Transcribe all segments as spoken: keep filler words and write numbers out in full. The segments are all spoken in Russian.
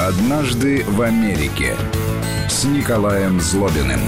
«Однажды в Америке» с Николаем Злобиным.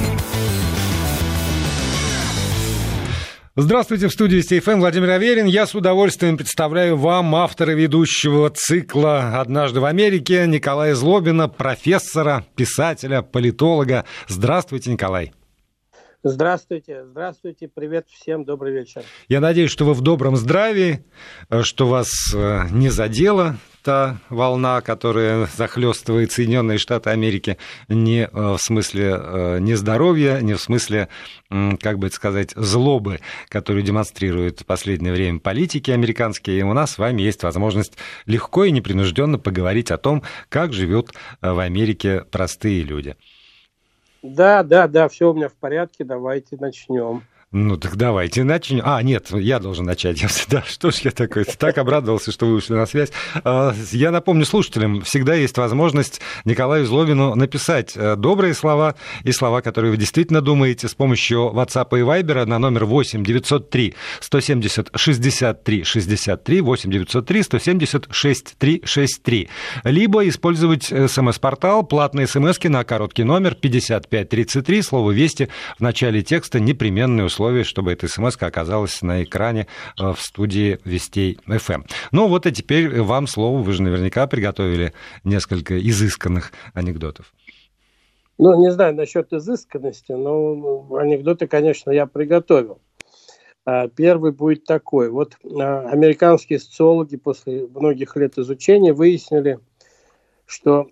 Здравствуйте, в студии СТФМ Владимир Аверин. Я с удовольствием представляю вам автора ведущего цикла «Однажды в Америке» Николая Злобина, профессора, писателя, политолога. Здравствуйте, Николай. Здравствуйте, здравствуйте, привет всем, добрый вечер. Я надеюсь, что вы в добром здравии, что вас не задела та волна, которая захлестывает Соединенные Штаты Америки, не в смысле нездоровья, не в смысле, как бы это сказать, злобы, которую демонстрируют в последнее время политики американские. И у нас с вами есть возможность легко и непринужденно поговорить о том, как живут в Америке простые люди. Да, да, да, все у меня в порядке, давайте начнем. Ну, так давайте начнем. А, нет, я должен начать. Да, что ж я такой, так обрадовался, что вы вышли на связь. Я напомню слушателям, всегда есть возможность Николаю Злобину написать добрые слова и слова, которые вы действительно думаете, с помощью WhatsApp и Viber на номер восемь девятьсот три сто семьдесят шестьдесят три шестьдесят три, восемь девятьсот три сто семьдесят шестьдесят три шестьдесят три. Либо использовать смс-портал, платные смски на короткий номер пятьдесят пять тридцать три, слово «Вести» в начале текста, непременные условия, чтобы эта смс-ка оказалась на экране в студии Вестей эф эм. Ну вот и теперь вам слово. Вы же наверняка приготовили несколько изысканных анекдотов. Ну, не знаю насчет изысканности, но анекдоты, конечно, я приготовил. Первый будет такой. Вот американские социологи после многих лет изучения выяснили, что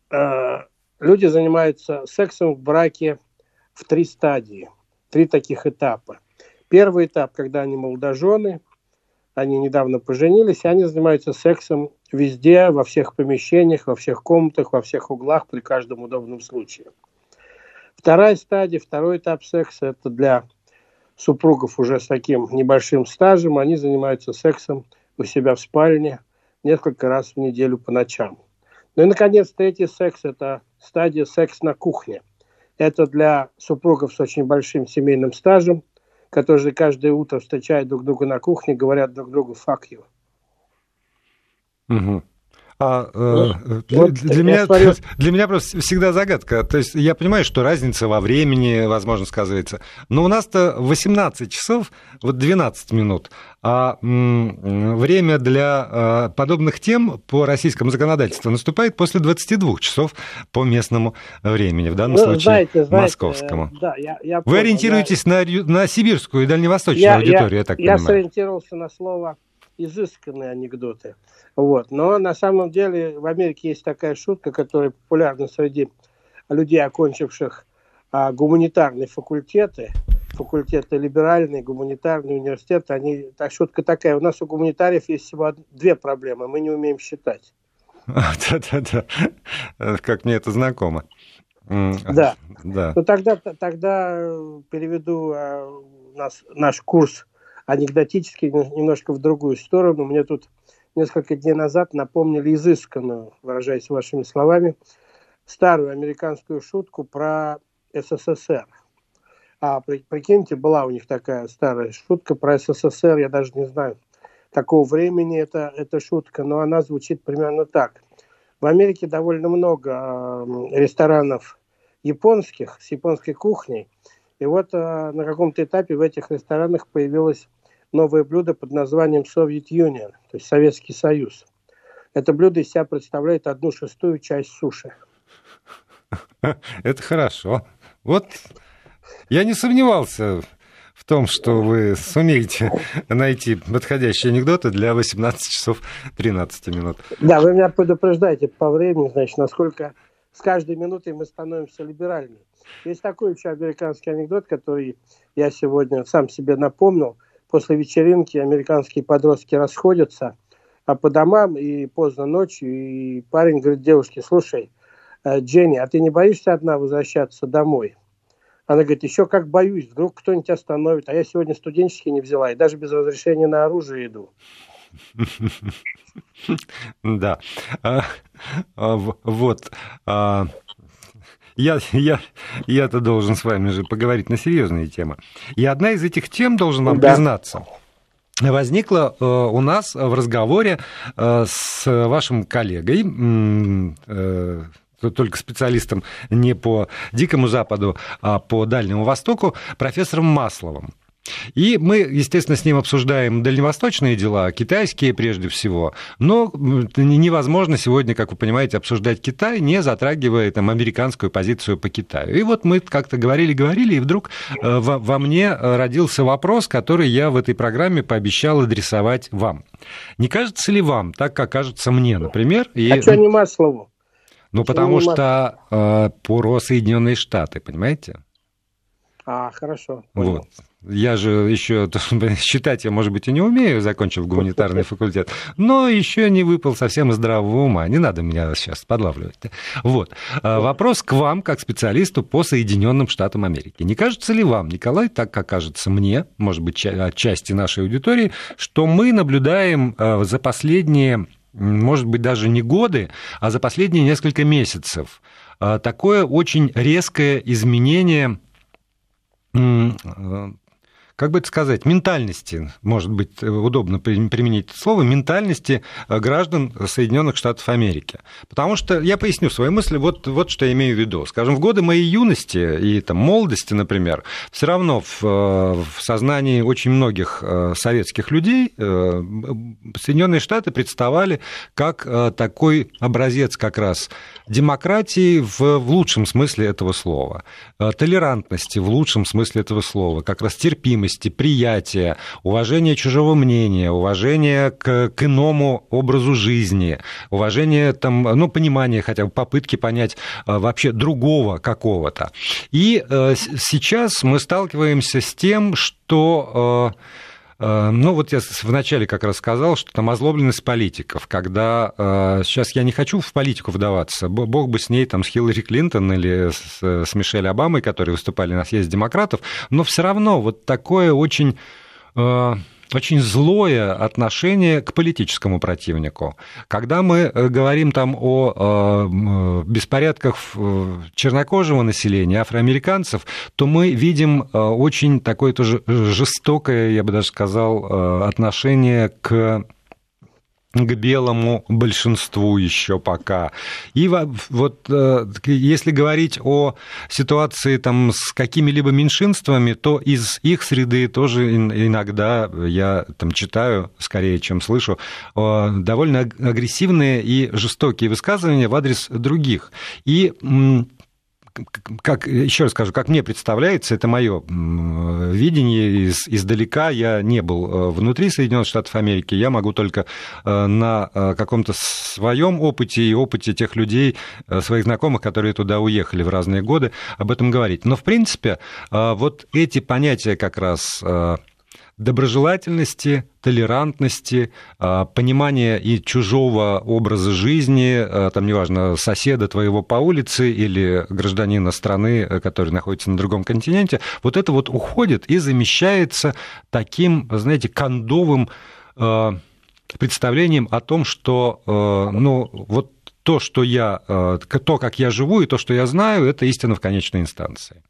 люди занимаются сексом в браке в три стадии. Три таких этапа. Первый этап, когда они молодожены, они недавно поженились, и они занимаются сексом везде, во всех помещениях, во всех комнатах, во всех углах, при каждом удобном случае. Вторая стадия, второй этап секса, это для супругов уже с таким небольшим стажем, они занимаются сексом у себя в спальне несколько раз в неделю по ночам. Ну и, наконец, третий секс, это стадия секс на кухне. Это для супругов с очень большим семейным стажем, которые каждое утро встречают друг друга на кухне, говорят друг другу «fuck you». Угу. А, э, для, вот, для, меня, смотрю... для меня просто всегда загадка. То есть я понимаю, что разница во времени, возможно, сказывается. Но у нас-то восемнадцать часов, вот двенадцать минут. А м, время для э, подобных тем по российскому законодательству наступает после двадцати двух часов по местному времени, в данном ну, случае знаете, знаете, московскому. Да, я, я Вы понял, ориентируетесь я... на, на сибирскую и дальневосточную я, аудиторию, я, я так я понимаю. Я сориентировался на слово изысканные анекдоты. Вот. Но на самом деле в Америке есть такая шутка, которая популярна среди людей, окончивших а, гуманитарные факультеты, факультеты либеральные, гуманитарные университеты. Они, та шутка такая: у нас у гуманитариев есть всего две проблемы. Мы не умеем считать. Да-да-да. Как мне это знакомо. Да. Да. Ну тогда, тогда переведу а, нас, наш курс анекдотически немножко в другую сторону. Мне тут несколько дней назад напомнили изысканную, выражаясь вашими словами, старую американскую шутку про эс эс эс эр. А прикиньте, была у них такая старая шутка про эс эс эс эр, я даже не знаю, какого времени это, эта шутка, но она звучит примерно так. В Америке довольно много ресторанов японских, с японской кухней, и вот на каком-то этапе в этих ресторанах появилось новое блюдо под названием Soviet Union, то есть Советский Союз. Это блюдо из себя представляет одну шестую часть суши. Это хорошо. Вот я не сомневался в том, что вы сумеете найти подходящие анекдоты для восемнадцати часов тринадцати минут. Да, вы меня предупреждаете по времени, значит, насколько с каждой минутой мы становимся либеральнее. Есть такой еще американский анекдот, который я сегодня сам себе напомнил. После вечеринки американские подростки расходятся а по домам и поздно ночью, и парень говорит девушке: слушай, Дженни, а ты не боишься одна возвращаться домой? Она говорит: еще как боюсь, вдруг кто-нибудь остановит, а я сегодня студенческий не взяла, и даже без разрешения на оружие иду. Да, вот. Я, я, я-то должен с вами же поговорить на серьезные темы. И одна из этих тем, должен вам да. признаться, возникло э, у нас в разговоре э, с вашим коллегой, э, только специалистом не по Дикому Западу, а по Дальнему Востоку, профессором Масловым. И мы, естественно, с ним обсуждаем дальневосточные дела, китайские прежде всего, но невозможно сегодня, как вы понимаете, обсуждать Китай, не затрагивая там американскую позицию по Китаю. И вот мы как-то говорили-говорили, и вдруг во, во мне родился вопрос, который я в этой программе пообещал адресовать вам. Не кажется ли вам, так как кажется мне, например... И... А что не Маслову? Ну, Почему потому не что э, про Соединенные Штаты, понимаете? А, хорошо. Понял. Вот. Я же еще считать я, может быть, и не умею, закончив гуманитарный факультет, но еще не выпал совсем из здравого ума. Не надо меня сейчас подлавливать. Вот. Вопрос к вам, как специалисту по Соединенным Штатам Америки. Не кажется ли вам, Николай, так как кажется мне, может быть, отчасти нашей аудитории, что мы наблюдаем за последние, может быть, даже не годы, а за последние несколько месяцев такое очень резкое изменение, как бы это сказать, ментальности, может быть, удобно применить это слово, ментальности граждан Соединенных Штатов Америки. Потому что, я поясню свои мысли, вот, вот что я имею в виду. Скажем, в годы моей юности и там, молодости, например, все равно в, в сознании очень многих советских людей Соединенные Штаты представали как такой образец как раз демократии в, в лучшем смысле этого слова, толерантности в лучшем смысле этого слова, как раз терпимости, приятия, уважение чужого мнения, уважение к, к иному образу жизни, уважение, там, ну, понимание, хотя бы попытки понять вообще другого какого-то. И э, сейчас мы сталкиваемся с тем, что... Э, Ну, вот я вначале как раз сказал, что там озлобленность политиков, когда сейчас я не хочу в политику вдаваться, бог бы с ней, там, с Хиллари Клинтон или с, с Мишель Обамой, которые выступали на съезде демократов, но все равно вот такое очень... очень злое отношение к политическому противнику. Когда мы говорим там о беспорядках чернокожего населения, афроамериканцев, то мы видим очень такое тоже жестокое, я бы даже сказал, отношение к... к белому большинству еще пока. И вот если говорить о ситуации там с какими-либо меньшинствами, то из их среды тоже иногда я там читаю, скорее, чем слышу, довольно агрессивные и жестокие высказывания в адрес других. И как, еще раз скажу, как мне представляется, это мое видение из, издалека, я не был внутри Соединенных Штатов Америки, я могу только на каком-то своем опыте и опыте тех людей, своих знакомых, которые туда уехали в разные годы, об этом говорить. Но, в принципе, вот эти понятия как раз... доброжелательности, толерантности, понимания и чужого образа жизни, там, неважно, соседа твоего по улице или гражданина страны, который находится на другом континенте, вот это вот уходит и замещается таким, знаете, кондовым представлением о том, что, ну, вот то, что я, то, как я живу и то, что я знаю, это истина в конечной инстанции.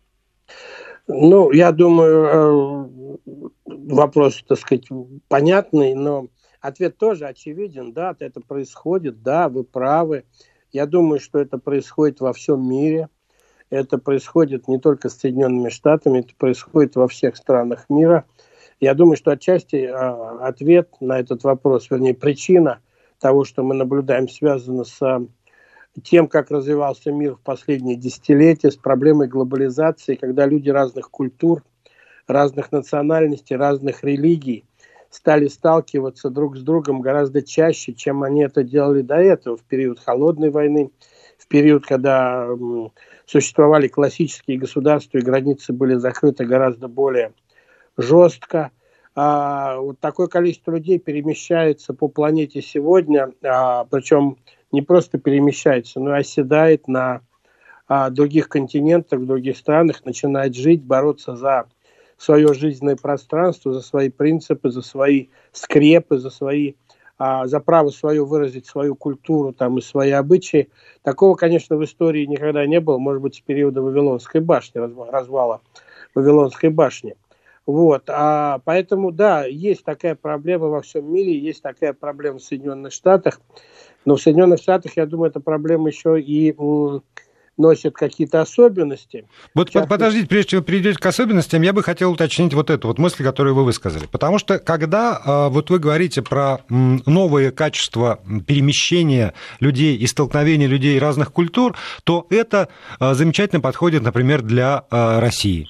Ну, я думаю, вопрос, так сказать, понятный, но ответ тоже очевиден. Да, это происходит, да, вы правы. Я думаю, что это происходит во всем мире. Это происходит не только с Соединенными Штатами, это происходит во всех странах мира. Я думаю, что отчасти ответ на этот вопрос, вернее, причина того, что мы наблюдаем, связана с тем, как развивался мир в последние десятилетия, с проблемой глобализации, когда люди разных культур, разных национальностей, разных религий стали сталкиваться друг с другом гораздо чаще, чем они это делали до этого, в период Холодной войны, в период, когда м, существовали классические государства и границы были закрыты гораздо более жестко. А, вот такое количество людей перемещается по планете сегодня, а, причем не просто перемещается, но и оседает на а, других континентах, в других странах, начинает жить, бороться за свое жизненное пространство, за свои принципы, за свои скрепы, за, свои, а, за право свое выразить свою культуру там, и свои обычаи. Такого, конечно, в истории никогда не было, может быть, с периода Вавилонской башни, развала Вавилонской башни. Вот, а поэтому, да, есть такая проблема во всем мире, есть такая проблема в Соединенных Штатах, но в Соединенных Штатах, я думаю, эта проблема еще и м, носит какие-то особенности. Вот Сейчас... подождите, прежде чем вы перейдете к особенностям, я бы хотел уточнить вот эту вот мысль, которую вы высказали. Потому что когда вот вы говорите про новые качества перемещения людей и столкновения людей разных культур, то это замечательно подходит, например, для России.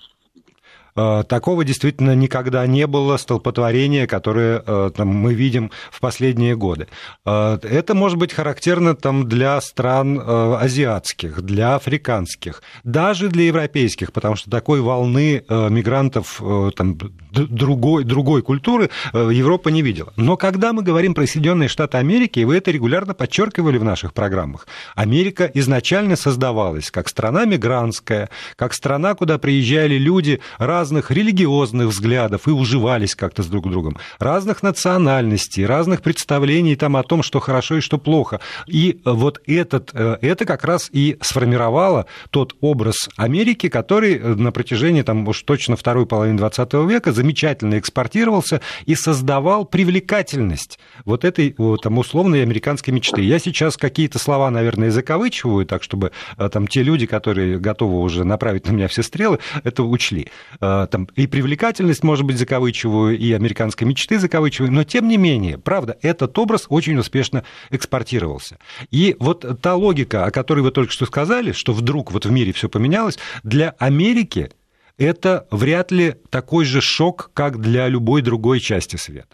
Такого действительно никогда не было столпотворения, которое там, мы видим в последние годы. Это может быть характерно там, для стран азиатских, для африканских, даже для европейских, потому что такой волны мигрантов там, другой, другой культуры Европа не видела. Но когда мы говорим про Соединенные Штаты Америки, и вы это регулярно подчеркивали в наших программах, Америка изначально создавалась как страна мигрантская, как страна, куда приезжали люди разных религиозных взглядов и уживались как-то с друг другом, разных национальностей, разных представлений там о том, что хорошо и что плохо. И вот этот, это как раз и сформировало тот образ Америки, который на протяжении там, уж точно второй половины двадцатого века замечательно экспортировался и создавал привлекательность вот этой вот, там, условной американской мечты. Я сейчас какие-то слова, наверное, закавычиваю, так чтобы там те люди, которые готовы уже направить на меня все стрелы, это учли. Там, и привлекательность, может быть, закавычиваю, и американской мечты закавычиваю, но тем не менее, правда, этот образ очень успешно экспортировался. И вот та логика, о которой вы только что сказали, что вдруг вот в мире все поменялось, для Америки это вряд ли такой же шок, как для любой другой части света.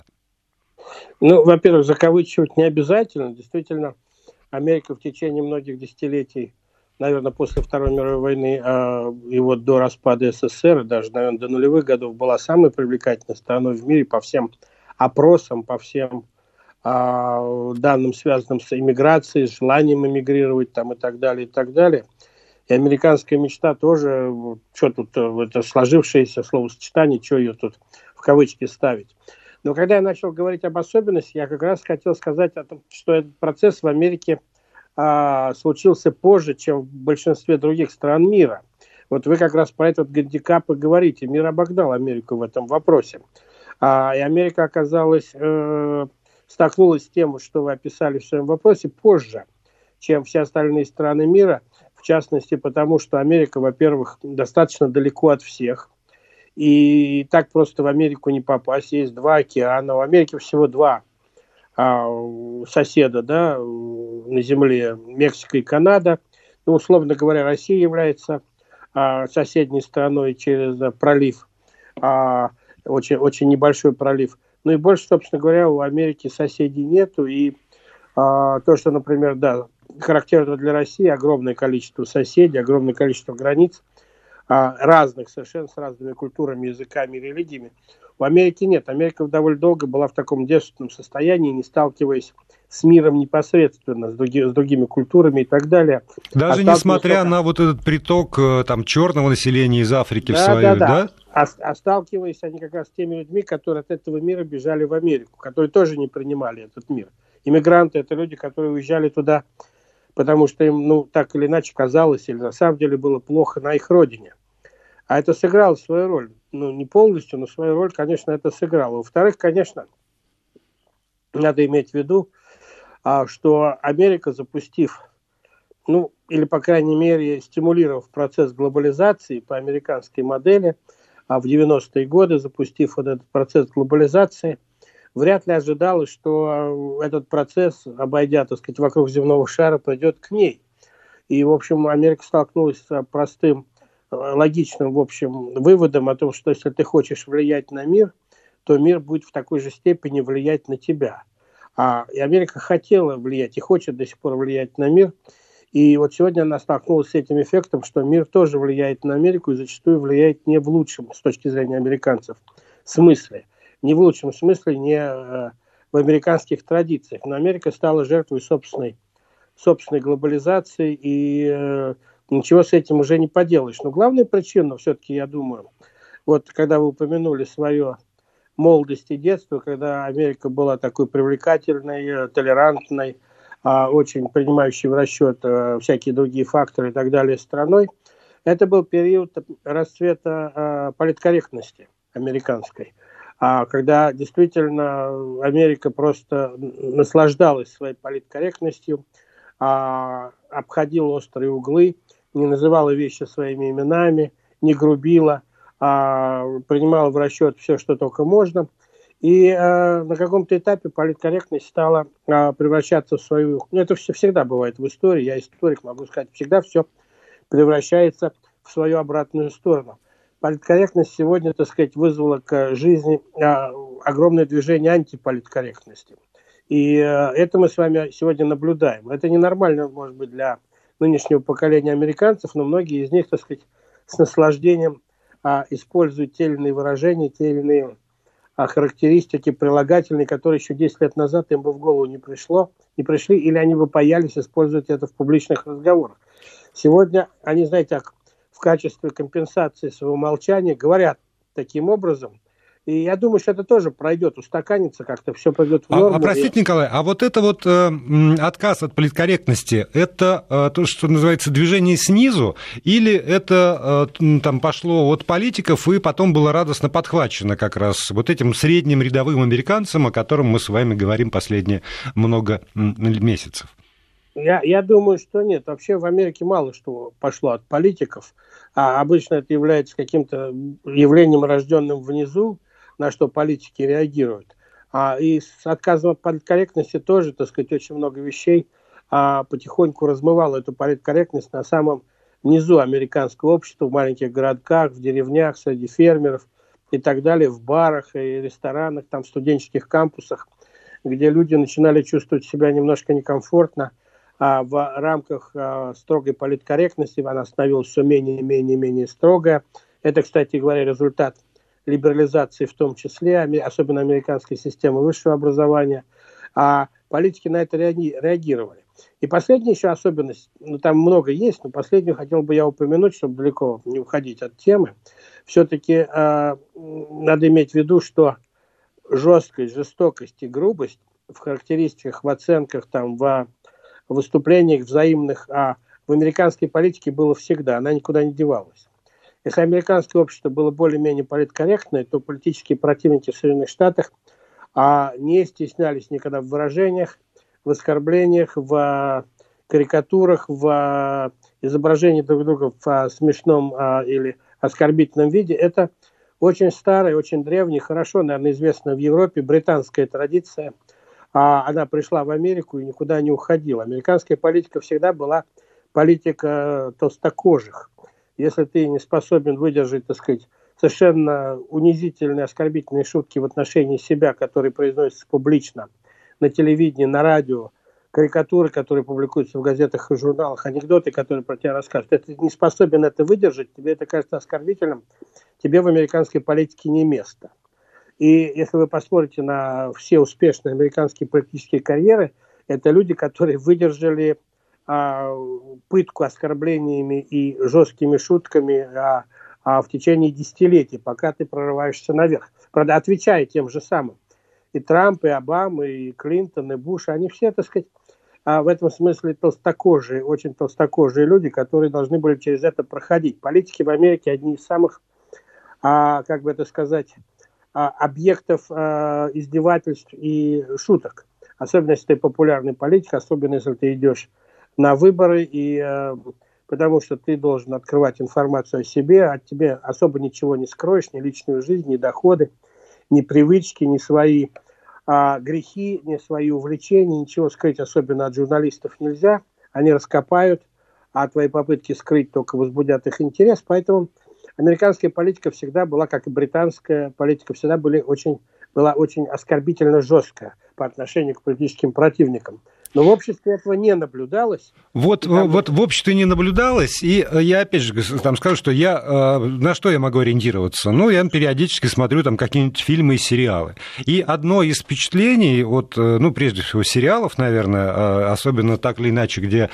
Ну, во-первых, закавычивать не обязательно. Действительно, Америка в течение многих десятилетий, наверное, после Второй мировой войны а, и вот до распада СССР, даже, наверное, до нулевых годов, была самой привлекательной страной в мире по всем опросам, по всем а, данным, связанным с иммиграцией, с желанием эмигрировать там, и так далее, и так далее. И американская мечта тоже, что тут, это сложившееся словосочетание, что ее тут в кавычки ставить. Но когда я начал говорить об особенностях, я как раз хотел сказать о том, что этот процесс в Америке а, случился позже, чем в большинстве других стран мира. Вот вы как раз про этот гандикап и говорите. Мир обогнал Америку в этом вопросе. А, и Америка оказалась, э, столкнулась с тем, что вы описали в своем вопросе, позже, чем все остальные страны мира. В частности, потому что Америка, во-первых, достаточно далеко от всех. И так просто в Америку не попасть. Есть два океана. В Америке всего два а, соседа, да, на земле, Мексика и Канада. Ну, условно говоря, Россия является а, соседней страной через а, пролив, а, очень, очень небольшой пролив. Ну и больше, собственно говоря, у Америки соседей нету. И а, то, что, например, да, характерно для России, огромное количество соседей, огромное количество границ, а, разных совершенно, с разными культурами, языками и религиями. В Америке нет. Америка довольно долго была в таком девственном состоянии, не сталкиваясь с миром непосредственно, с, други, с другими культурами и так далее. Даже а несмотря только... на вот этот приток там, черного населения из Африки да, в свою, да? да. да? А, а сталкиваясь они как раз с теми людьми, которые от этого мира бежали в Америку, которые тоже не принимали этот мир. Иммигранты – это люди, которые уезжали туда, потому что им, ну, так или иначе казалось, или на самом деле было плохо на их родине. А это сыграло свою роль. Ну, не полностью, но свою роль, конечно, это сыграло. Во-вторых, конечно, надо иметь в виду, что Америка, запустив, ну, или, по крайней мере, стимулировав процесс глобализации по американской модели, а в девяностые годы, запустив вот этот процесс глобализации, вряд ли ожидалось, что этот процесс, обойдя, так сказать, вокруг земного шара, пойдет к ней. И, в общем, Америка столкнулась с простым, логичным, в общем, выводом о том, что если ты хочешь влиять на мир, то мир будет в такой же степени влиять на тебя. А и Америка хотела влиять и хочет до сих пор влиять на мир. И вот сегодня она столкнулась с этим эффектом, что мир тоже влияет на Америку и зачастую влияет не в лучшем, с точки зрения американцев, смысле. Не в лучшем смысле, не э, в американских традициях. Но Америка стала жертвой собственной, собственной глобализации, и э, ничего с этим уже не поделаешь. Но главная причина, все-таки, я думаю, вот когда вы упомянули свое молодость и детство, когда Америка была такой привлекательной, толерантной, э, очень принимающей в расчет э, всякие другие факторы и так далее страной, это был период расцвета э, политкорректности. американской. А когда действительно Америка просто наслаждалась своей политкорректностью, а, обходила острые углы, не называла вещи своими именами, не грубила, а, принимала в расчет все, что только можно. И а, на каком-то этапе политкорректность стала а, превращаться в свою... Ну, это все, всегда бывает в истории, я историк, могу сказать, всегда все превращается в свою обратную сторону. Политкорректность сегодня, так сказать, вызвала к жизни а, огромное движение антиполиткорректности. И а, это мы с вами сегодня наблюдаем. Это ненормально, может быть, для нынешнего поколения американцев, но многие из них, так сказать, с наслаждением а, используют те или иные выражения, те или иные а, характеристики, прилагательные, которые еще десять лет назад им бы в голову не пришло, не пришли, или они бы боялись использовать это в публичных разговорах. Сегодня они, знаете, в качестве компенсации своего молчания говорят таким образом. И я думаю, что это тоже пройдет, устаканится как-то, все пойдет в норму. А, а простите, Николай, а вот это вот э, отказ от политкорректности, это э, то, что называется движение снизу, или это э, там пошло от политиков и потом было радостно подхвачено как раз вот этим средним рядовым американцам, о котором мы с вами говорим последние много месяцев? Я, я думаю, что нет. Вообще в Америке мало что пошло от политиков, а обычно это является каким-то явлением, рожденным внизу, на что политики реагируют. А, и с отказом от политкорректности тоже, так сказать, очень много вещей а, потихоньку размывало эту политкорректность на самом низу американского общества, в маленьких городках, в деревнях, среди фермеров и так далее, в барах и ресторанах, там, в студенческих кампусах, где люди начинали чувствовать себя немножко некомфортно, а в рамках а, строгой политкорректности она становилась все менее и менее и менее строгая. Это, кстати говоря, результат либерализации в том числе, особенно американской системы высшего образования. А политики на это реагировали. И последняя еще особенность, ну там много есть, но последнюю хотел бы я упомянуть, чтобы далеко не уходить от темы. Все-таки а, надо иметь в виду, что жесткость, жестокость и грубость в характеристиках, в оценках, там, в выступлениях взаимных, а в американской политике было всегда, она никуда не девалась. Если американское общество было более-менее политкорректное, то политические противники в Соединенных Штатах а, не стеснялись никогда в выражениях, в оскорблениях, в карикатурах, в изображении друг друга в а, смешном а, или оскорбительном виде. Это очень старая, очень древняя, хорошо, наверное, известная в Европе британская традиция. А она пришла в Америку и никуда не уходила. Американская политика всегда была политика толстокожих. Если ты не способен выдержать, так сказать, совершенно унизительные, оскорбительные шутки в отношении себя, которые произносятся публично на телевидении, на радио, карикатуры, которые публикуются в газетах и журналах, анекдоты, которые про тебя рассказывают, если ты не способен это выдержать, тебе это кажется оскорбительным, тебе в американской политике не место. И если вы посмотрите на все успешные американские политические карьеры, это люди, которые выдержали а, пытку оскорблениями и жесткими шутками а, а в течение десятилетий, пока ты прорываешься наверх. Правда, отвечая тем же самым. И Трамп, и Обама, и Клинтон, и Буш, они все, так сказать, а в этом смысле толстокожие, очень толстокожие люди, которые должны были через это проходить. Политики в Америке одни из самых, а, как бы это сказать, объектов э, издевательств и шуток. Особенно, если ты популярный политик, особенно, если ты идешь на выборы, и, э, потому что ты должен открывать информацию о себе, от тебя особо ничего не скроешь, ни личную жизнь, ни доходы, ни привычки, ни свои э, грехи, ни свои увлечения, ничего скрыть особенно от журналистов нельзя. Они раскопают, а твои попытки скрыть только возбудят их интерес, поэтому американская политика всегда была, как и британская политика, всегда были очень, была очень оскорбительно жесткая по отношению к политическим противникам. Но в обществе этого не наблюдалось. Вот, там... вот в обществе не наблюдалось, и я опять же там скажу, что я, на что я могу ориентироваться? Ну, я периодически смотрю там какие-нибудь фильмы и сериалы. И одно из впечатлений, вот, ну, прежде всего, сериалов, наверное, особенно так или иначе, где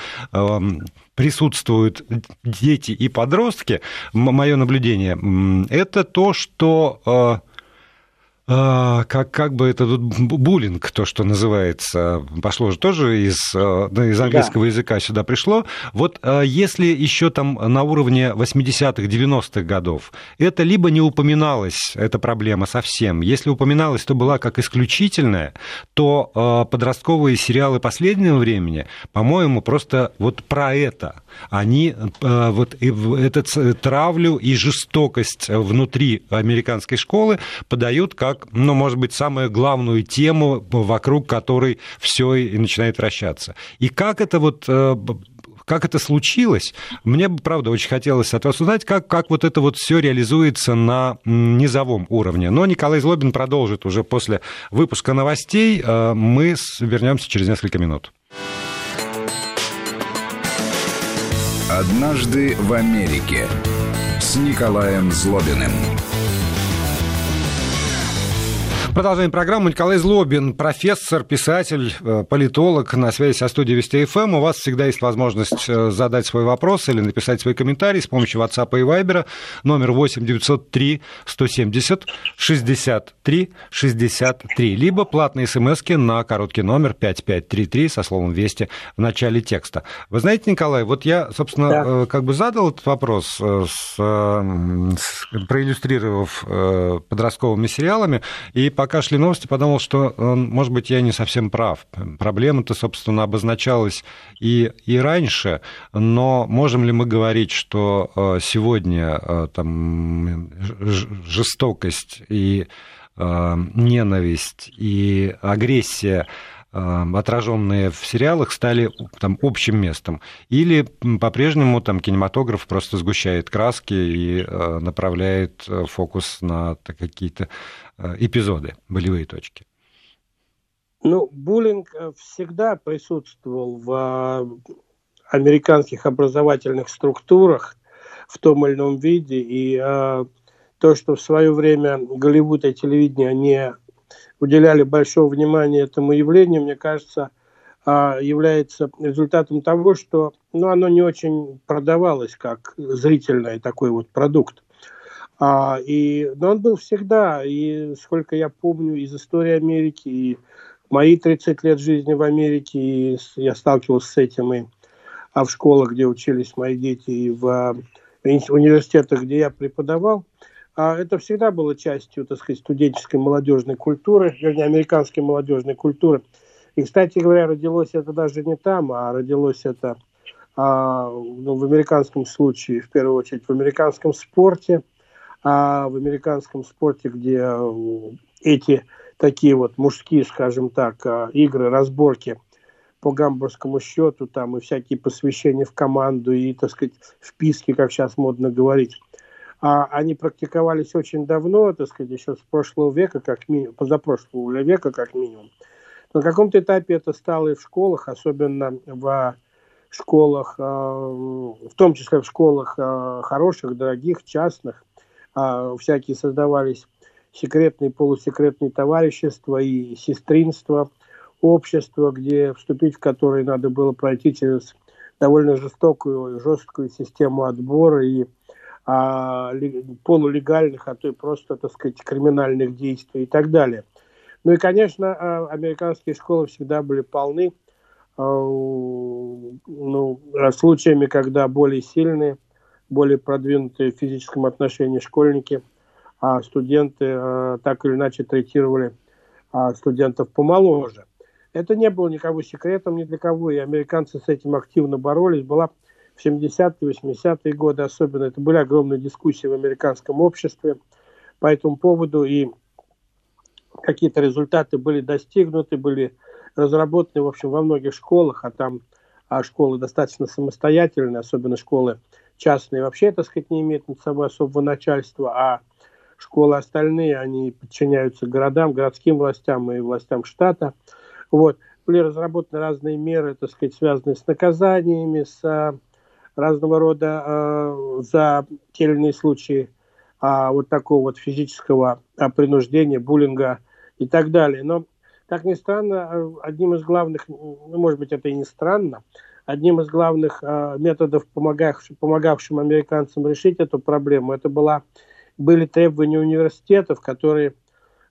присутствуют дети и подростки, мое наблюдение, это то, что А, как, как бы это тут буллинг, то, что называется, пошло же тоже из, из английского да. языка сюда пришло. Вот если еще там на уровне восьмидесятых, девяностых годов это либо не упоминалось, эта проблема совсем, если упоминалось, то была как исключительная, то подростковые сериалы последнего времени, по-моему, просто вот про это. Они вот эту травлю и жестокость внутри американской школы подают как, ну, может быть, самую главную тему, вокруг которой все и начинает вращаться. И как это вот... Как это случилось? Мне бы, правда, очень хотелось от вас узнать, как, как вот это вот все реализуется на низовом уровне. Но Николай Злобин продолжит уже после выпуска новостей. Мы вернемся через несколько минут. «Однажды в Америке» с Николаем Злобиным. Продолжаем программу. Николай Злобин, профессор, писатель, политолог, на связи со студией Вести эф эм. У вас всегда есть возможность задать свой вопрос или написать свой комментарий с помощью WhatsApp и Viber. Номер восемь девятьсот три сто семьдесят шестьдесят три шестьдесят три. Либо платные смски на короткий номер пять пять три три со словом «Вести» в начале текста. Вы знаете, Николай, вот я, собственно, да. как бы задал этот вопрос, с, с, проиллюстрировав подростковыми сериалами, и пока шли новости, подумал, что, может быть, я не совсем прав. Проблема-то, собственно, обозначалась и, и раньше, но можем ли мы говорить, что сегодня там жестокость и ненависть и агрессия, отраженные в сериалах, стали там общим местом? Или по-прежнему там кинематограф просто сгущает краски и направляет фокус на какие-то эпизоды, болевые точки? Ну, буллинг всегда присутствовал в американских образовательных структурах в том или ином виде, и то, что в свое время Голливуд и телевидение не уделяли большого внимания этому явлению, мне кажется, является результатом того, что ну, оно не очень продавалось как зрительный такой вот продукт. А, и, но он был всегда, и сколько я помню из истории Америки, и мои тридцать лет жизни в Америке, и я сталкивался с этим и а в школах, где учились мои дети, и в университетах, где я преподавал. А это всегда было частью, так сказать, студенческой молодежной культуры, вернее, американской молодежной культуры. И, кстати говоря, родилось это даже не там, а родилось это а, ну, в американском случае, в первую очередь, в американском спорте. А в американском спорте, где эти такие вот мужские, скажем так, игры, разборки по гамбургскому счету, там и всякие посвящения в команду, и, так сказать, вписки, как сейчас модно говорить, а они практиковались очень давно, так сказать, еще с прошлого века, как минимум, позапрошлого века, как минимум. На каком-то этапе это стало и в школах, особенно в школах, в том числе в школах хороших, дорогих, частных, всякие создавались секретные, полусекретные товарищества и сестринства, общества, где вступить в которые надо было пройти через довольно жестокую и жесткую систему отбора и а, полулегальных, а то и просто, так сказать, криминальных действий и так далее. Ну и, конечно, американские школы всегда были полны ну, случаями, когда более сильные, более продвинутые в физическом отношении школьники, а студенты а, так или иначе третировали а, студентов помоложе. Это не было никого секретом ни для кого, и американцы с этим активно боролись. Была в семидесятые, восьмидесятые годы особенно, это были огромные дискуссии в американском обществе по этому поводу, и какие-то результаты были достигнуты, были разработаны, в общем, во многих школах, а там а школы достаточно самостоятельные, особенно школы частные вообще, так сказать, не имеют над собой особого начальства, а школы остальные, они подчиняются городам, городским властям и властям штата. Вот. Были разработаны разные меры, так сказать, связанные с наказаниями, с а, разного рода а, за те или иные случаи а, вот такого вот физического а, принуждения, буллинга и так далее. Но, как ни странно, одним из главных, ну, может быть, это и не странно, одним из главных а, методов, помогавшим, помогавшим американцам решить эту проблему, это была, были требования университетов, которые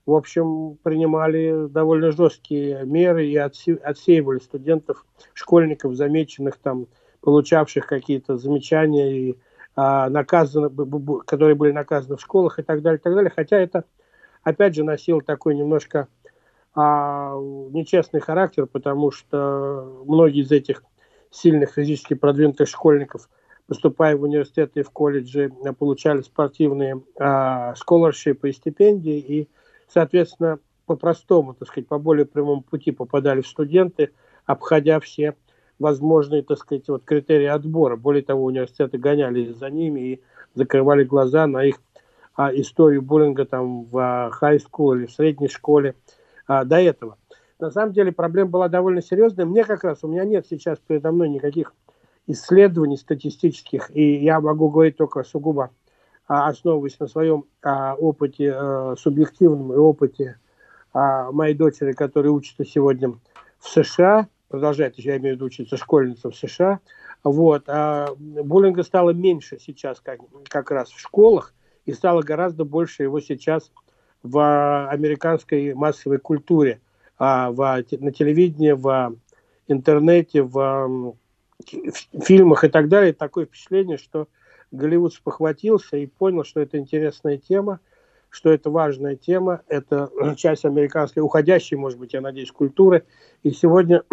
в общем, принимали довольно жесткие меры и отсе- отсеивали студентов, школьников, замеченных там, получавших какие-то замечания, и, а, наказаны, которые были наказаны в школах и так далее, и так далее. Хотя это, опять же, носило такой немножко а, нечестный характер, потому что многие из этих сильных физически продвинутых школьников, поступая в университеты и в колледжи, получали спортивные а, сколоршипы и стипендии, и, соответственно, по-простому, так сказать, по более прямому пути попадали в студенты, обходя все возможные, так сказать, вот, критерии отбора. Более того, университеты гонялись за ними и закрывали глаза на их а, историю буллинга там, в хай-скул или в средней школе а, до этого. На самом деле проблема была довольно серьезная. Мне как раз, у меня нет сейчас передо мной никаких исследований статистических, и я могу говорить только сугубо а, основываясь на своем а, опыте а, субъективном и опыте а, моей дочери, которая учится сегодня в США, продолжает, я имею в виду, учиться школьница в США. Вот, а буллинга стало меньше сейчас как, как раз в школах, и стало гораздо больше его сейчас в американской массовой культуре, а, в, на телевидении, в интернете, в, в фильмах и так далее. Такое впечатление, что Голливуд спохватился и понял, что это интересная тема, что это важная тема, это часть американской, уходящей, может быть, я надеюсь, культуры. И сегодня,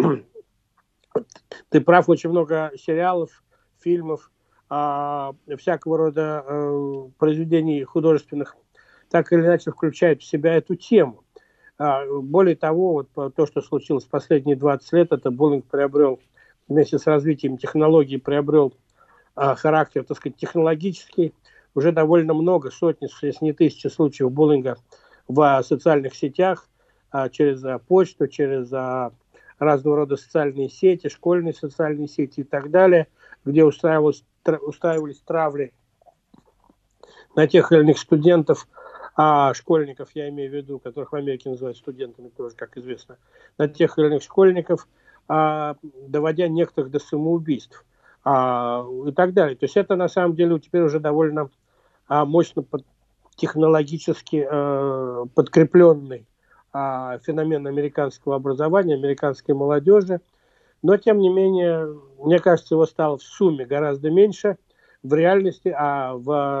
ты прав, очень много сериалов, фильмов, а, всякого рода а, произведений художественных так или иначе включают в себя эту тему. А, более того, вот то, что случилось в последние двадцать лет, это буллинг приобрел, вместе с развитием технологий, приобрел а, характер, так сказать, технологический. Уже довольно много, сотни, если не тысячи случаев буллинга в социальных сетях, а, через а, почту, через а, разного рода социальные сети, школьные социальные сети и так далее, где устраивались, тр, устраивались травли на тех или иных студентов, а школьников, я имею в виду, которых в Америке называют студентами тоже, как известно, на тех или иных школьников, а, доводя некоторых до самоубийств а, и так далее. То есть это на самом деле теперь уже довольно а, мощно под, технологически а, подкрепленный а, феномен американского образования, американской молодежи. Но, тем не менее, мне кажется, его стало в сумме гораздо меньше в реальности, а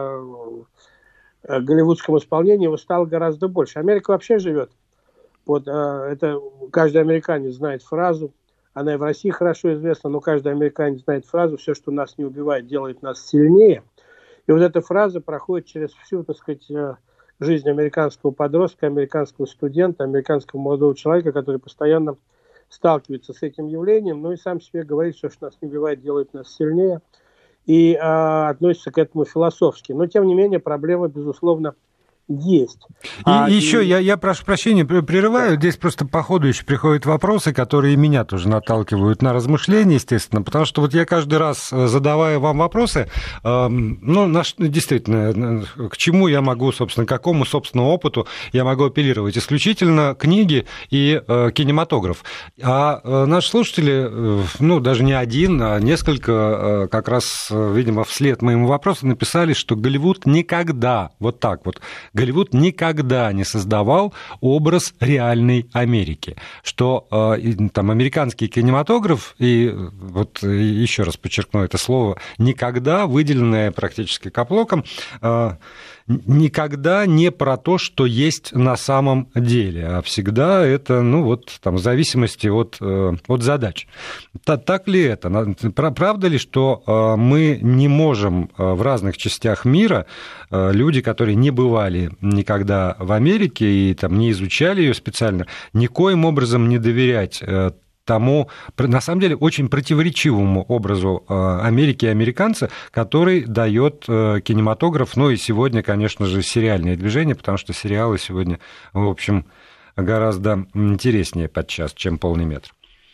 в голливудском исполнении его стало гораздо больше. Америка вообще живет. Вот, это каждый американец знает фразу, она и в России хорошо известна, но каждый американец знает фразу: «Все, что нас не убивает, делает нас сильнее». И вот эта фраза проходит через всю, так сказать, жизнь американского подростка, американского студента, американского молодого человека, который постоянно сталкивается с этим явлением, но и сам себе говорит: «Все, что нас не убивает, делает нас сильнее», и а, относится к этому философски. Но, тем не менее, проблема, безусловно, есть. И а, еще, и... я, я прошу прощения, прерываю, здесь просто по ходу еще приходят вопросы, которые меня тоже наталкивают на размышления, естественно, потому что вот я каждый раз, задавая вам вопросы, э, ну, наш, действительно, к чему я могу, собственно, к какому собственному опыту я могу апеллировать? Исключительно книги и э, кинематограф. А э, наши слушатели, э, ну, даже не один, а несколько, э, как раз, э, видимо, вслед моему вопросу написали, что Голливуд никогда, вот так вот, Голливуд никогда не создавал образ реальной Америки, что э, там американский кинематограф, и вот еще раз подчеркну это слово, никогда, выделенное практически каплоком, э, никогда не про то, что есть на самом деле, а всегда это, ну вот, там, в зависимости от, от задач. Так ли это? Правда ли, что мы не можем в разных частях мира, люди, которые не бывали никогда в Америке и там не изучали ее специально, никоим образом не доверять тому, на самом деле, очень противоречивому образу Америки и американца, который дает кинематограф, ну и сегодня, конечно же, сериальное движение, потому что сериалы сегодня, в общем, гораздо интереснее подчас, чем полный метр.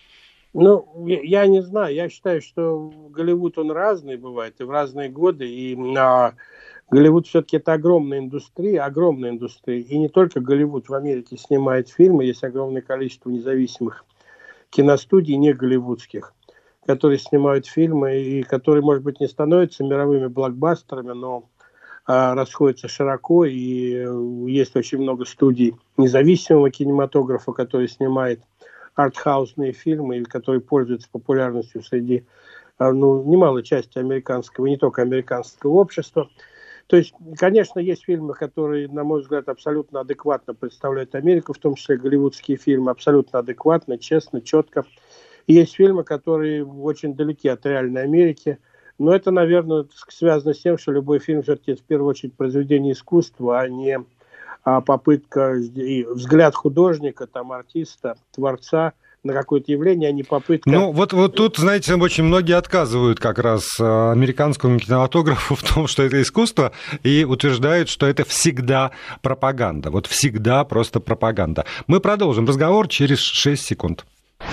Ну, я не знаю, я считаю, что Голливуд, он разный бывает, и в разные годы, и а, Голливуд все-таки это огромная индустрия, огромная индустрия, и не только Голливуд в Америке снимает фильмы, есть огромное количество независимых киностудий, не голливудских, которые снимают фильмы и которые, может быть, не становятся мировыми блокбастерами, но расходятся широко, и есть очень много студий независимого кинематографа, который снимает артхаусные фильмы, которые пользуются популярностью среди ну, немалой части американского, и не только американского общества. То есть, конечно, есть фильмы, которые, на мой взгляд, абсолютно адекватно представляют Америку, в том числе голливудские фильмы, абсолютно адекватно, честно, четко. И есть фильмы, которые очень далеки от реальной Америки. Но это, наверное, связано с тем, что любой фильм все-таки в первую очередь произведение искусства, а не а попытка, и взгляд художника, там, артиста, творца на какое-то явление, а не попытка... Ну, вот, вот тут, знаете, очень многие отказывают как раз американскому кинематографу в том, что это искусство, и утверждают, что это всегда пропаганда. Вот всегда просто пропаганда. Мы продолжим разговор через шесть секунд.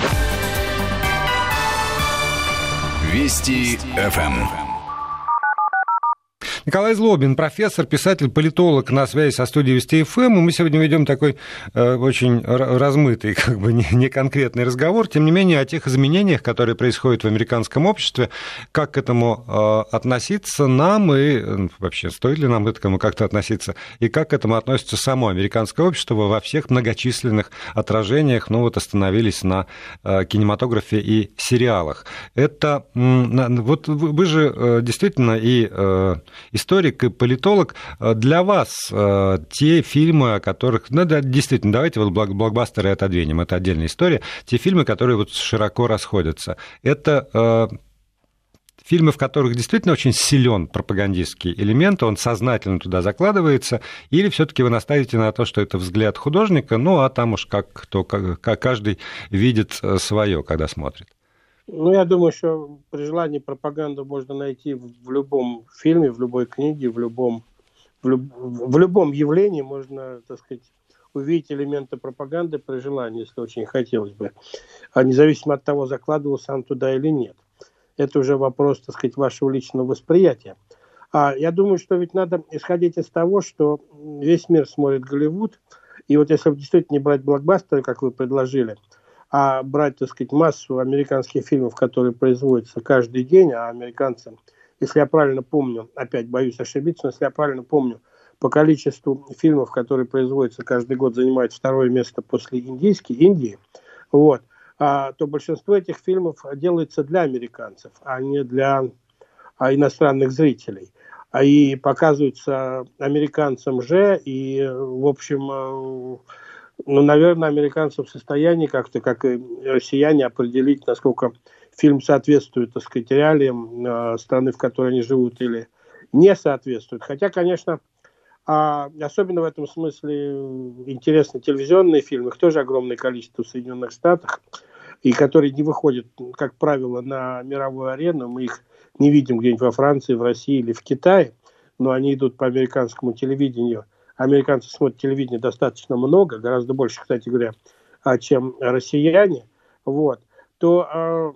Вести эф эм. Николай Злобин, профессор, писатель, политолог, на связи со студией Вести эф эм. Мы сегодня ведем такой э, очень размытый, как бы не конкретный разговор, тем не менее, о тех изменениях, которые происходят в американском обществе, как к этому э, относиться нам и э, вообще стоит ли нам к этому как-то относиться, и как к этому относится само американское общество во всех многочисленных отражениях, ну вот остановились на э, кинематографе и сериалах. Это, э, вот вы же э, действительно и... Э, историк и политолог. Для вас те фильмы, о которых... Ну, да, действительно, давайте вот блокбастеры отодвинем, это отдельная история. Те фильмы, которые вот широко расходятся, это фильмы, в которых действительно очень силен пропагандистский элемент, он сознательно туда закладывается, или все-таки вы наставите на то, что это взгляд художника, ну, а там уж как, кто, как, как каждый видит свое, когда смотрит? Ну, я думаю, что при желании пропаганду можно найти в любом фильме, в любой книге, в любом, в, люб, в любом явлении можно, так сказать, увидеть элементы пропаганды при желании, если очень хотелось бы, а независимо от того, закладывался он туда или нет. Это уже вопрос, так сказать, вашего личного восприятия. А я думаю, что ведь надо исходить из того, что весь мир смотрит Голливуд, и вот если действительно не брать блокбастеры, как вы предложили, а брать, так сказать, массу американских фильмов, которые производятся каждый день, а американцы, если я правильно помню, опять боюсь ошибиться, но если я правильно помню, по количеству фильмов, которые производятся каждый год, занимают второе место после индийской, Индии, вот, а, то большинство этих фильмов делается для американцев, а не для а, иностранных зрителей. А и показываются американцам же, и, в общем... Ну, наверное, американцы в состоянии как-то, как и россияне, определить, насколько фильм соответствует, так сказать, реалиям э, страны, в которой они живут, или не соответствует. Хотя, конечно, э, особенно в этом смысле интересны телевизионные фильмы, их тоже огромное количество в Соединенных Штатах, и которые не выходят, как правило, на мировую арену. Мы их не видим где-нибудь во Франции, в России или в Китае, но они идут по американскому телевидению. Американцы смотрят телевидение достаточно много, гораздо больше, кстати говоря, чем россияне, вот, то э,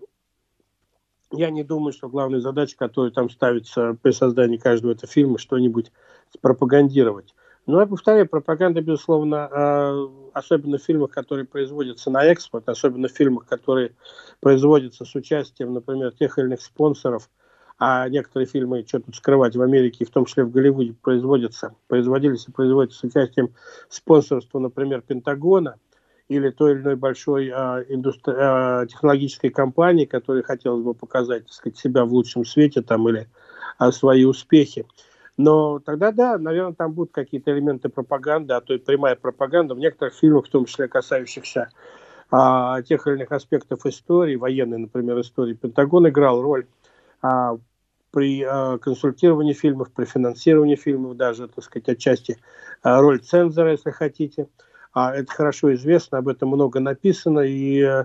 я не думаю, что главная задача, которая там ставится при создании каждого этого фильма, что-нибудь пропагандировать. Но я повторяю, пропаганда, безусловно, э, особенно в фильмах, которые производятся на экспорт, особенно в фильмах, которые производятся с участием, например, тех или иных спонсоров, а некоторые фильмы, что тут скрывать, в Америке, в том числе в Голливуде, производятся, производились и производятся с участием спонсорства, например, Пентагона или той или иной большой а, индустри... а, технологической компании, которой хотелось бы показать, так сказать, себя в лучшем свете там, или а, свои успехи. Но тогда, да, наверное, там будут какие-то элементы пропаганды, а то и прямая пропаганда в некоторых фильмах, в том числе касающихся а, тех или иных аспектов истории, военной, например, истории. Пентагон играл роль А, при а, консультировании фильмов, при финансировании фильмов, даже, так сказать, отчасти а, роль цензора, если хотите. А, это хорошо известно, об этом много написано, и а,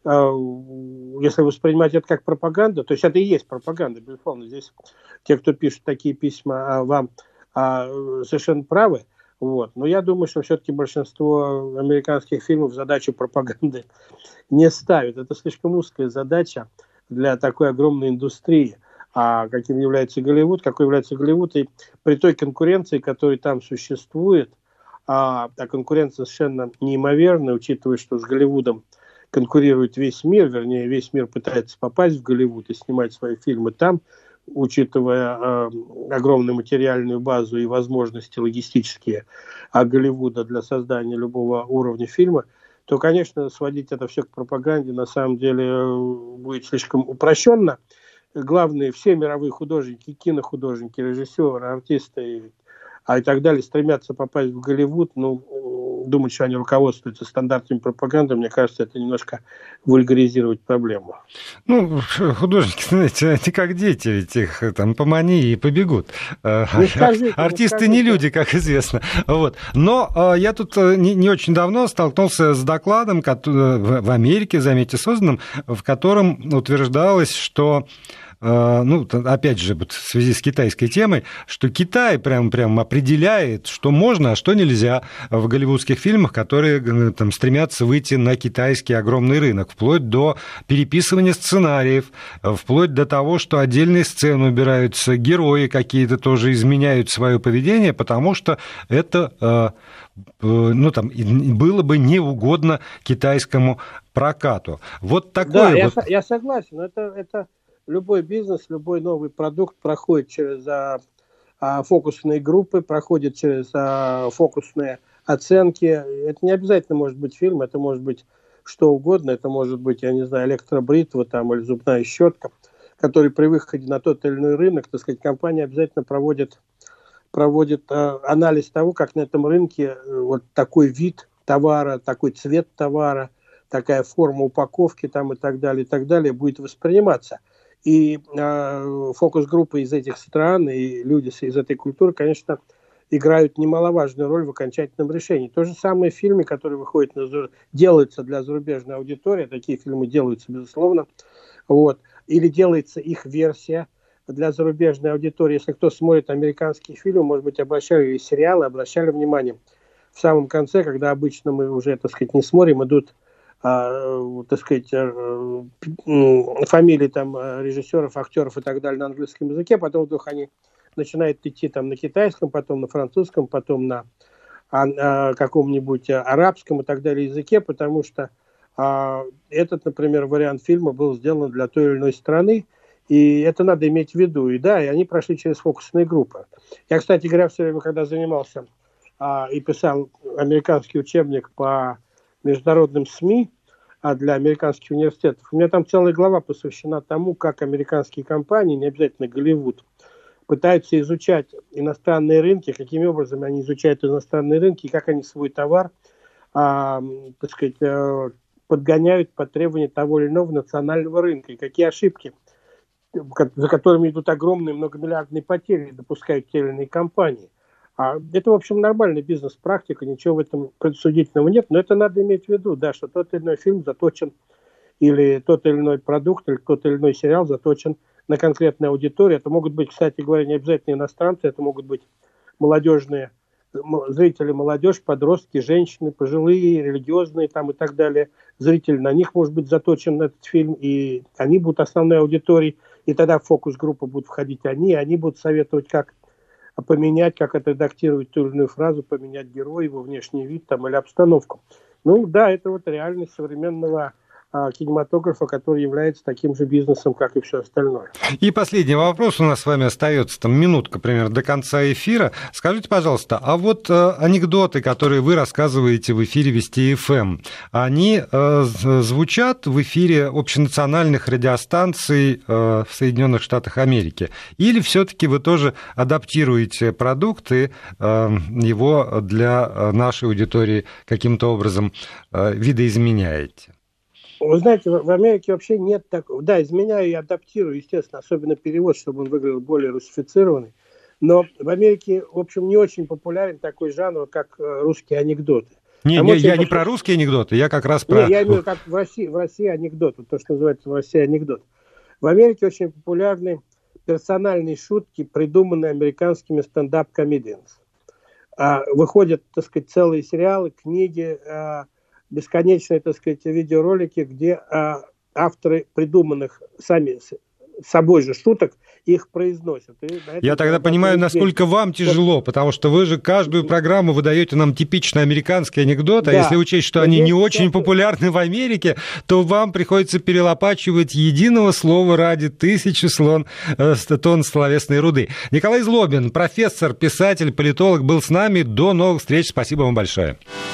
если воспринимать это как пропаганду, то есть это и есть пропаганда, безусловно. Здесь те, кто пишет такие письма, вам а, совершенно правы. Вот. Но я думаю, что все-таки большинство американских фильмов задачу пропаганды не ставит. Это слишком узкая задача для такой огромной индустрии, а каким является Голливуд, какой является Голливуд, и при той конкуренции, которая там существует, а, а конкуренция совершенно неимоверная, учитывая, что с Голливудом конкурирует весь мир, вернее, весь мир пытается попасть в Голливуд и снимать свои фильмы там, учитывая э, огромную материальную базу и возможности логистические Голливуда для создания любого уровня фильма, то, конечно, сводить это все к пропаганде на самом деле будет слишком упрощенно. Главные все мировые художники, кинохудожники, режиссеры, артисты а и так далее стремятся попасть в Голливуд, ну, думать, что они руководствуются стандартами пропаганды, мне кажется, это немножко вульгаризировать проблему. Ну, художники, знаете, они как дети, ведь их там помани и побегут. Не скажите, Артисты не, не люди, как известно. Вот. Но я тут не, не очень давно столкнулся с докладом в Америке, заметьте, созданным, в котором утверждалось, что ну, опять же, в связи с китайской темой, что Китай прям, прям определяет, что можно, а что нельзя в голливудских фильмах, которые там, стремятся выйти на китайский огромный рынок, вплоть до переписывания сценариев, вплоть до того, что отдельные сцены убираются, герои какие-то тоже изменяют свое поведение, потому что это ну, там, было бы неугодно китайскому прокату. Вот такое да, вот... я, я согласен, это... это... Любой бизнес, любой новый продукт проходит через а, а, фокусные группы, проходит через а, фокусные оценки. Это не обязательно может быть фильм, это может быть что угодно. Это может быть, я не знаю, электробритва там, или зубная щетка, который при выходе на тот или иной рынок, так сказать, компания обязательно проводит, проводит а, анализ того, как на этом рынке вот такой вид товара, такой цвет товара, такая форма упаковки там, и так далее, и так далее будет восприниматься. И э, фокус-группы из этих стран и люди из этой культуры, конечно, играют немаловажную роль в окончательном решении. То же самое в фильме, который выходит на, делаются для зарубежной аудитории, такие фильмы делаются, безусловно, вот, или делается их версия для зарубежной аудитории. Если кто смотрит американские фильмы, может быть, обращали, или сериалы, обращали внимание, в самом конце, когда обычно мы уже, так сказать, не смотрим, идут А, так сказать, фамилии там режиссеров, актеров и так далее на английском языке, потом вдруг они начинают идти там на китайском, потом на французском, потом на а, а, каком-нибудь арабском и так далее языке, потому что а, этот, например, вариант фильма был сделан для той или иной страны, и это надо иметь в виду. И да, и они прошли через фокусные группы. Я, кстати говоря, все время, когда занимался а, и писал американский учебник по международным СМИ, а для американских университетов. У меня там целая глава посвящена тому, как американские компании, не обязательно Голливуд, пытаются изучать иностранные рынки, каким образом они изучают иностранные рынки, и как они свой товар, а, так сказать, подгоняют под требования того или иного национального рынка, и какие ошибки, за которыми идут огромные многомиллиардные потери, допускают те или иные компании. А это, в общем, нормальная бизнес-практика, ничего в этом предосудительного нет, но это надо иметь в виду, да, что тот или иной фильм заточен, или тот или иной продукт, или тот или иной сериал заточен на конкретную аудиторию. Это могут быть, кстати говоря, не обязательно иностранцы, это могут быть молодежные зрители, молодежь, подростки, женщины, пожилые, религиозные там и так далее. Зрители, на них может быть заточен этот фильм, и они будут основной аудиторией, и тогда в фокус-группу будут входить они, и они будут советовать, как поменять, как отредактировать ту или иную фразу, поменять героя, его внешний вид там, или обстановку. Ну да, это вот реальность современного а, кинематографа, который является таким же бизнесом, как и все остальное. И последний вопрос у нас с вами остается, там минутка примерно до конца эфира. Скажите, пожалуйста, а вот э, анекдоты, которые вы рассказываете в эфире Вести эф эм, они э, звучат в эфире общенациональных радиостанций э, в Соединенных Штатах Америки? Или все-таки вы тоже адаптируете продукт и э, его для нашей аудитории каким-то образом э, видоизменяете? Вы знаете, в Америке вообще нет такого. Да, изменяю и адаптирую, естественно, особенно перевод, чтобы он выглядел более русифицированный. Но в Америке, в общем, не очень популярен такой жанр, как русские анекдоты. Не, не, я не про русские анекдоты, я как раз про... Не, я имею в виду, как в России, в России анекдот, то, что называется в России анекдот. В Америке очень популярны персональные шутки, придуманные американскими стендап-комедианс. Выходят, так сказать, целые сериалы, книги, бесконечные, так сказать, видеоролики, где а, авторы придуманных, сами собой же шуток их произносят. Я тогда понимаю, насколько вам тяжело, потому что вы же каждую программу выдаете нам типичный американский анекдот, а да. если учесть, что они не очень популярны в Америке, то вам приходится перелопачивать единого слова ради тысячи слон, э, тонн словесной руды. Николай Злобин, профессор, писатель, политолог, был с нами. До новых встреч. Спасибо вам большое.